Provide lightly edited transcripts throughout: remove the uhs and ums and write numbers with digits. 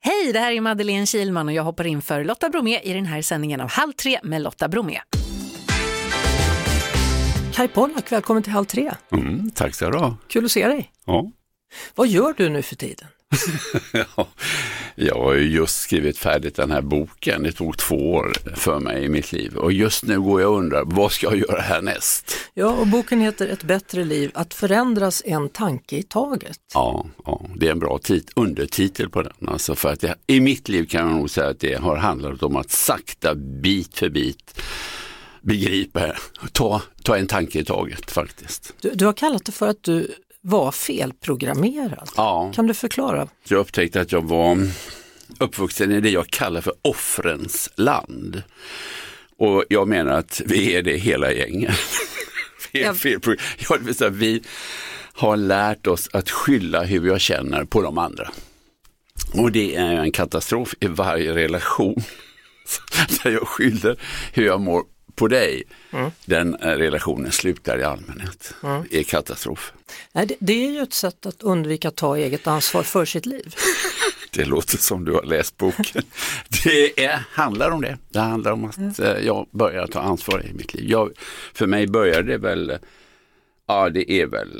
Hej, det här är Madeleine Kilman och jag hoppar in för Lotta Bromé i den här sändningen av Halv 3 med Lotta Bromé. Kai Pollak, välkommen till Halv 3. Tack så du ha. Kul att se dig. Ja. Vad gör du nu för tiden? Ja, jag har ju just skrivit färdigt den här boken. Det tog 2 år för mig i mitt liv. Och just nu går jag och undrar, vad ska jag göra härnäst? Ja, och boken heter Ett bättre liv, att förändras en tanke i taget. Ja, det är en bra undertitel på den. Alltså för att i mitt liv kan jag nog säga att det har handlat om att sakta, bit för bit, begripa, ta en tanke i taget faktiskt. Du har kallat det för att du var felprogrammerad. Ja. Kan du förklara? Jag upptäckte att jag var uppvuxen i det jag kallar för offrens land. Och jag menar att vi är det hela gängen. Vi har lärt oss att skylla hur jag känner på de andra. Och det är en katastrof i varje relation. Där jag skyller hur jag mår på dig. Den relationen slutar i allmänhet. Det är katastrof. Nej, det är ju ett sätt att undvika att ta eget ansvar för sitt liv. Det låter som du har läst boken. Det handlar om det. Det handlar om att jag börjar ta ansvar i mitt liv. För mig började det väl, det är väl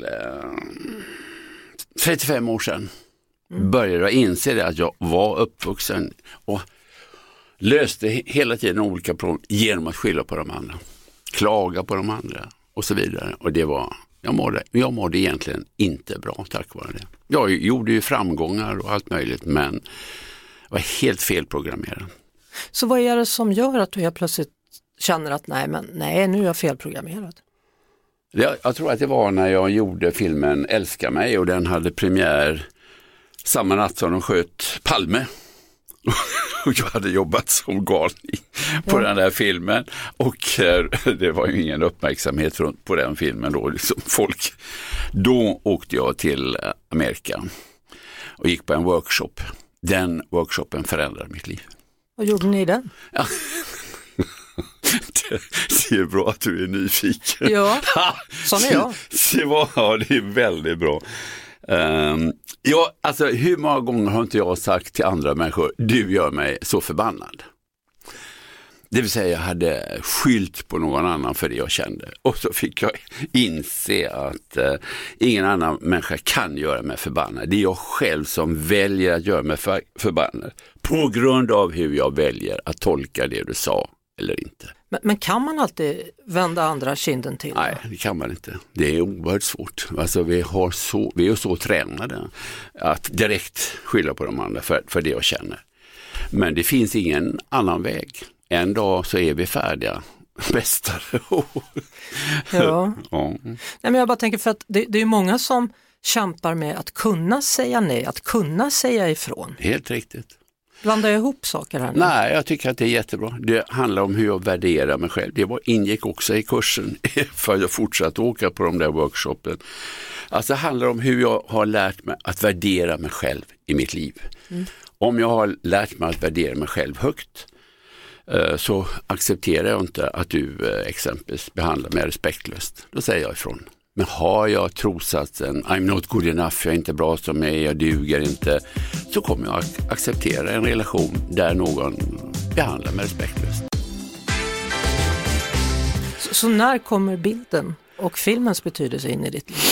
35 år sedan. Började jag inse det att jag var uppvuxen och löste hela tiden olika problem genom att skylla på de andra. Klaga på de andra och så vidare. Och det var, jag mådde egentligen inte bra tack vare det. Jag gjorde ju framgångar och allt möjligt, men var helt felprogrammerad. Så vad är det som gör att du helt plötsligt känner att nej, nu är jag felprogrammerad? Jag tror att det var när jag gjorde filmen Älska mig och den hade premiär samma natt som de sköt Palme. Och jag hade jobbat som galning på den där filmen och det var ju ingen uppmärksamhet på den filmen då, liksom folk. Då åkte jag till Amerika och gick på en workshop. Den workshopen förändrade mitt liv. Vad gjorde ni i den? Ja. Det är bra att du är nyfiken. Ja, sån är jag. Det är väldigt bra. Alltså hur många gånger har inte jag sagt till andra människor, du gör mig så förbannad. Det vill säga jag hade skylt på någon annan för det jag kände. Och så fick jag inse att ingen annan människa kan göra mig förbannad. Det är jag själv som väljer att göra mig förbannad. På grund av hur jag väljer att tolka det du sa eller inte. Men kan man alltid vända andra kinden till? Nej, det kan man inte. Det är oerhört svårt. Alltså, vi är så tränade att direkt skylla på de andra för det jag känner. Men det finns ingen annan väg. En dag så är vi färdiga. Mästare. Ja. Nej, men jag bara tänker för att det är många som kämpar med att kunna säga nej, att kunna säga ifrån. Helt riktigt. Blandar jag ihop saker här nu? Nej, jag tycker att det är jättebra. Det handlar om hur jag värderar mig själv. Det ingick också i kursen för jag fortsatte åka på de där workshopen. Alltså det handlar om hur jag har lärt mig att värdera mig själv i mitt liv. Om jag har lärt mig att värdera mig själv högt så accepterar jag inte att du exempelvis behandlar mig respektlöst. Då säger jag ifrån. Men har jag trossatsen I'm not good enough, jag är inte bra som jag duger inte, så kommer jag att acceptera en relation där någon behandlar mig respektlöst. Så när kommer bilden och filmens betydelse in i ditt liv?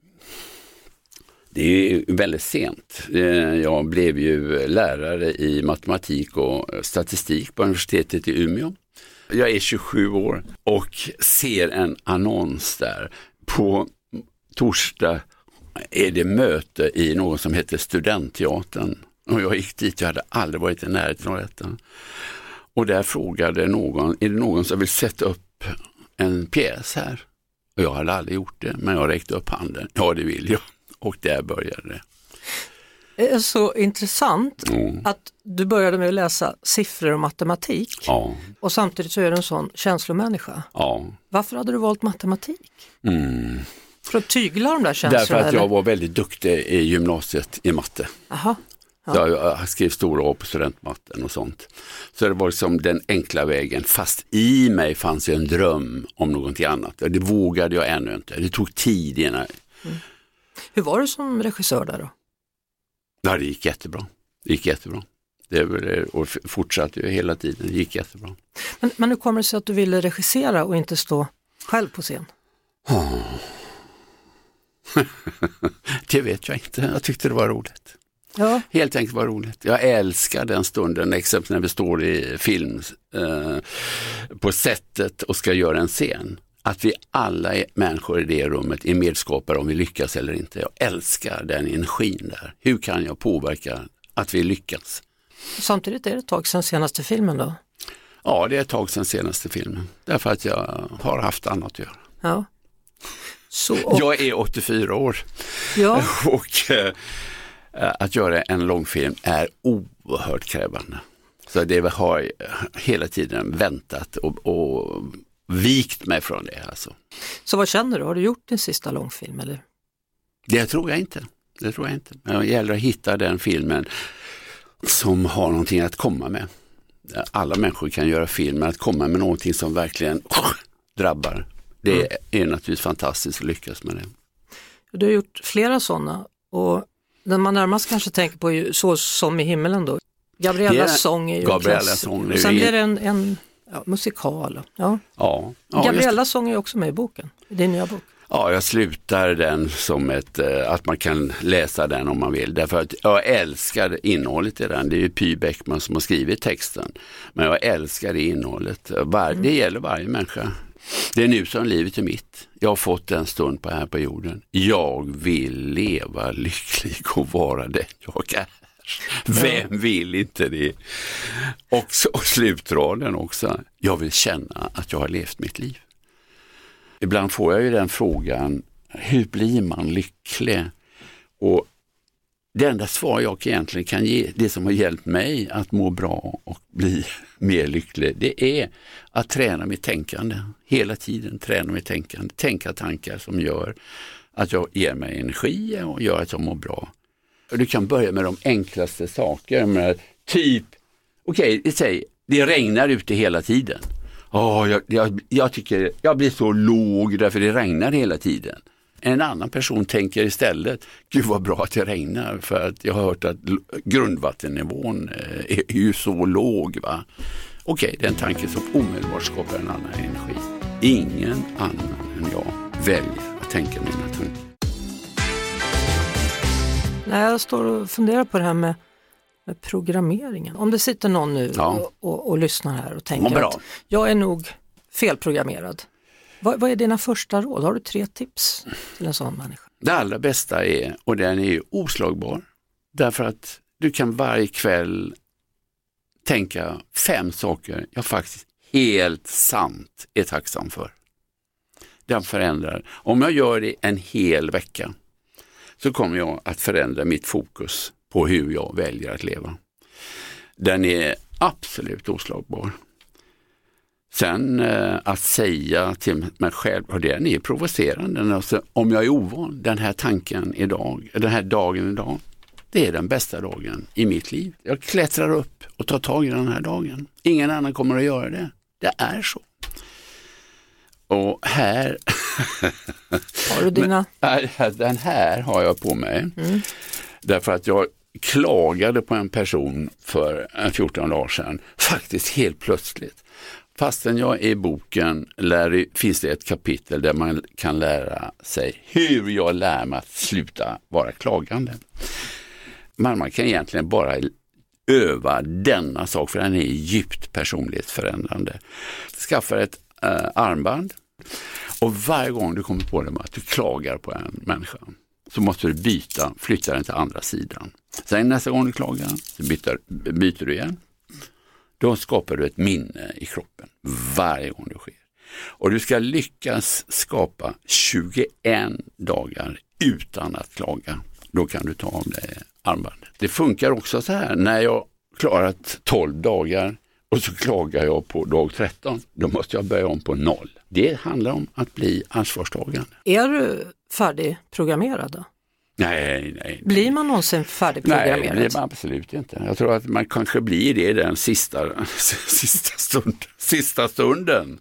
Det är väldigt sent. Jag blev ju lärare i matematik och statistik på universitetet i Umeå. Jag är 27 år och ser en annons där. På torsdag är det möte i något som heter Studentteatern. Och jag gick dit, jag hade aldrig varit i närheten av detta. Och där frågade någon, är det någon som vill sätta upp en pjäs här? Och jag hade aldrig gjort det, men jag räckte upp handen. Ja, det vill jag. Och där började det. Det är så intressant att du började med att läsa siffror och matematik. Ja. Och samtidigt så är du en sån känslomänniska. Ja. Varför hade du valt matematik? För att tygla de där känslorna? Därför att jag var väldigt duktig i gymnasiet i matte. Aha. Ja. Så jag skrev stora A på studentmatten och sånt. Så det var liksom den enkla vägen. Fast i mig fanns ju en dröm om någonting annat. Det vågade jag ännu inte. Det tog tid innan. Hur var du som regissör där då? Ja, det gick jättebra. Det är väl, och fortsatte ju hela tiden, det gick jättebra. Men hur kommer det sig att du ville regissera och inte stå själv på scen? Det vet jag inte, jag tyckte det var roligt. Ja. Helt enkelt var roligt. Jag älskar den stunden, exempelvis när vi står i film på sättet och ska göra en scen. Att vi alla människor i det rummet är medskapare om vi lyckas eller inte. Jag älskar den energin där. Hur kan jag påverka att vi lyckas? Samtidigt är det ett tag sedan senaste filmen då? Ja, det är ett tag sedan senaste filmen. Därför att jag har haft annat att göra. Ja. Jag är 84 år. Ja. Och att göra en långfilm är oerhört krävande. Så det har jag hela tiden väntat och vikt mig från det. Alltså. Så vad känner du? Har du gjort din sista långfilm? Eller? Det tror jag inte. Men det gäller att hitta den filmen som har någonting att komma med. Alla människor kan göra film, men att komma med någonting som verkligen drabbar. Det är naturligtvis fantastiskt att lyckas med det. Du har gjort flera sådana, och den man närmast kanske tänker på är Så som i himmelen då. Gabriellas sång är ju Gabriellas sång. Sen blir det en musikal. Ja. Gabriellas sång är också med i boken, i din nya bok. Ja, jag slutar den som att man kan läsa den om man vill. Därför att jag älskar innehållet i den. Det är ju Py Bäckman som har skrivit texten. Men jag älskar det innehållet. Det gäller varje människa. Det är nu som livet är mitt. Jag har fått en stund här på jorden. Jag vill leva lycklig och vara den jag är. Vem vill inte det? Och slutraden också. Jag vill känna att jag har levt mitt liv. Ibland får jag ju den frågan, hur blir man lycklig? Och det enda svar jag egentligen kan ge, det som har hjälpt mig att må bra och bli mer lycklig, det är att träna mitt tänkande. Hela tiden träna mitt tänkande. Tänka tankar som gör att jag ger mig energi och gör att jag mår bra. Och du kan börja med de enklaste saker. Med typ, säg, det regnar ute hela tiden. Jag tycker jag blir så låg därför det regnar hela tiden. En annan person tänker istället, gud vad bra att det regnar, för att jag har hört att grundvattennivån är ju så låg, va? Okej, det är en tanke som omedelbart skapar en annan energi. Ingen annan än jag väljer att tänka mina tankar. När jag står och funderar på det här med programmeringen. Om det sitter någon nu och lyssnar här och tänker att jag är nog felprogrammerad. Vad är dina första råd? Har du 3 tips till en sån människa? Det allra bästa är, och den är ju oslagbar, därför att du kan varje kväll tänka 5 saker jag faktiskt helt sant är tacksam för. Den förändrar. Om jag gör det en hel vecka så kommer jag att förändra mitt fokus på hur jag väljer att leva. Den är absolut oslagbar. Sen att säga till mig själv, och den är provocerande. Alltså, om jag är ovan, den här tanken idag, den här dagen idag, det är den bästa dagen i mitt liv. Jag klättrar upp och tar tag i den här dagen. Ingen annan kommer att göra det. Det är så. Och här... Har du dina? Den här har jag på mig. Därför att jag klagade på en person för 14 dagar sedan. Faktiskt helt plötsligt. Fastän jag i boken finns det ett kapitel där man kan lära sig hur jag lär mig att sluta vara klagande. Man kan egentligen bara öva denna sak, för den är djupt personlighetsförändrande. Skaffa ett armband, och varje gång du kommer på det med att du klagar på en människa så måste du flytta den till andra sidan. Sen nästa gång du klagar så byter du igen. Då skapar du ett minne i kroppen varje gång det sker. Och du ska lyckas skapa 21 dagar utan att klaga. Då kan du ta av dig armbandet. Det funkar också så här. När jag klarat 12 dagar och så klagar jag på dag 13, då måste jag börja om på 0. Det handlar om att bli ansvarstagande. Är du färdigprogrammerad då? Nej. Blir man någonsin färdigprogrammerad? Nej, det blir man absolut inte. Jag tror att man kanske blir det den sista stunden.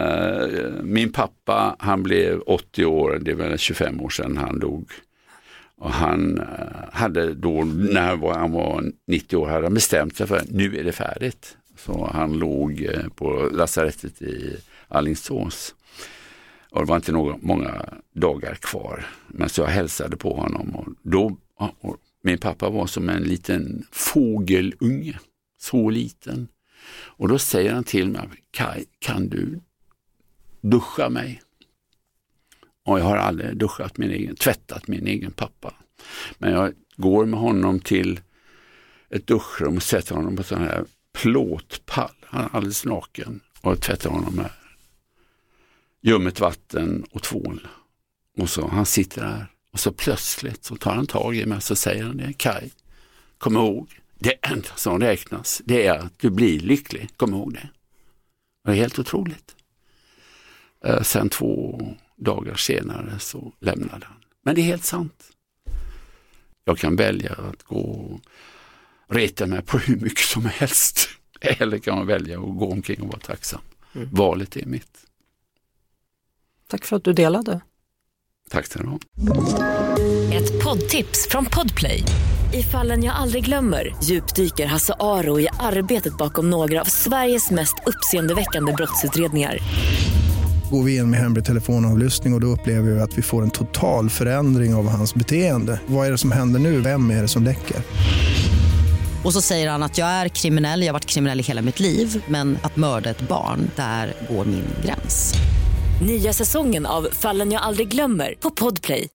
Min pappa, han blev 80 år, det var 25 år sedan han dog. Och han hade då, när han var 90 år, hade han bestämt sig för att nu är det färdigt. Så han låg på lasarettet i Alingsås. Och det var inte många dagar kvar. Men så jag hälsade på honom. Och min pappa var som en liten fågelunge. Så liten. Och då säger han till mig: Kaj, kan du duscha mig? Och jag har aldrig tvättat min egen pappa. Men jag går med honom till ett duschrum och sätter honom på sån här plåtpall. Han är alldeles naken. Och tvättar honom med ljummet vatten och tvål. Och så han sitter där. Och så plötsligt så tar han tag i mig och så säger han det: Kaj, kom ihåg, det enda som räknas, det är att du blir lycklig. Kom ihåg det. Det är helt otroligt. Sen 2 dagar senare så lämnade han. Men det är helt sant. Jag kan välja att gå och reta mig på hur mycket som helst. Eller kan man välja att gå omkring och vara tacksam. Valet är mitt. Tack för att du delade. Tack till dig. Ett poddtips från Podplay. I Fallen jag aldrig glömmer djupdyker Hasse Aro i arbetet bakom några av Sveriges mest uppseendeväckande brottsutredningar. Går vi in med hemlig telefonavlyssning och då upplever vi att vi får en total förändring av hans beteende. Vad är det som händer nu? Vem är det som läcker? Och så säger han att jag är kriminell, jag har varit kriminell i hela mitt liv. Men att mörda ett barn, där går min gräns. Nya säsongen av Fallen jag aldrig glömmer på Podplay.